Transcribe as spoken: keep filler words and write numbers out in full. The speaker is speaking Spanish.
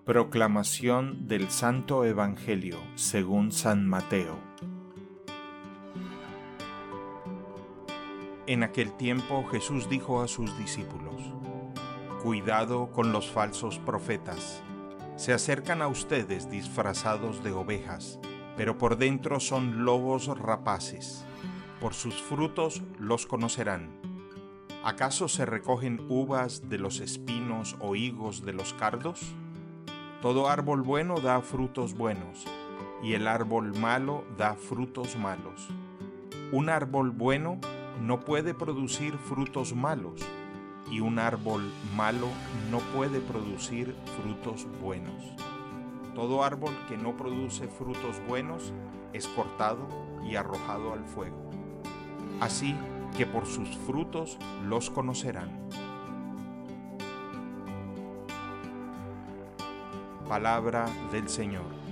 Proclamación del Santo Evangelio según San Mateo. En aquel tiempo Jesús dijo a sus discípulos: Cuidado con los falsos profetas. Se acercan a ustedes disfrazados de ovejas, pero por dentro son lobos rapaces. Por sus frutos los conocerán. ¿Acaso se recogen uvas de los espinos o higos de los cardos? Todo árbol bueno da frutos buenos, y el árbol malo da frutos malos. Un árbol bueno no puede producir frutos malos, y un árbol malo no puede producir frutos buenos. Todo árbol que no produce frutos buenos es cortado y arrojado al fuego. Así que por sus frutos los conocerán. Palabra del Señor.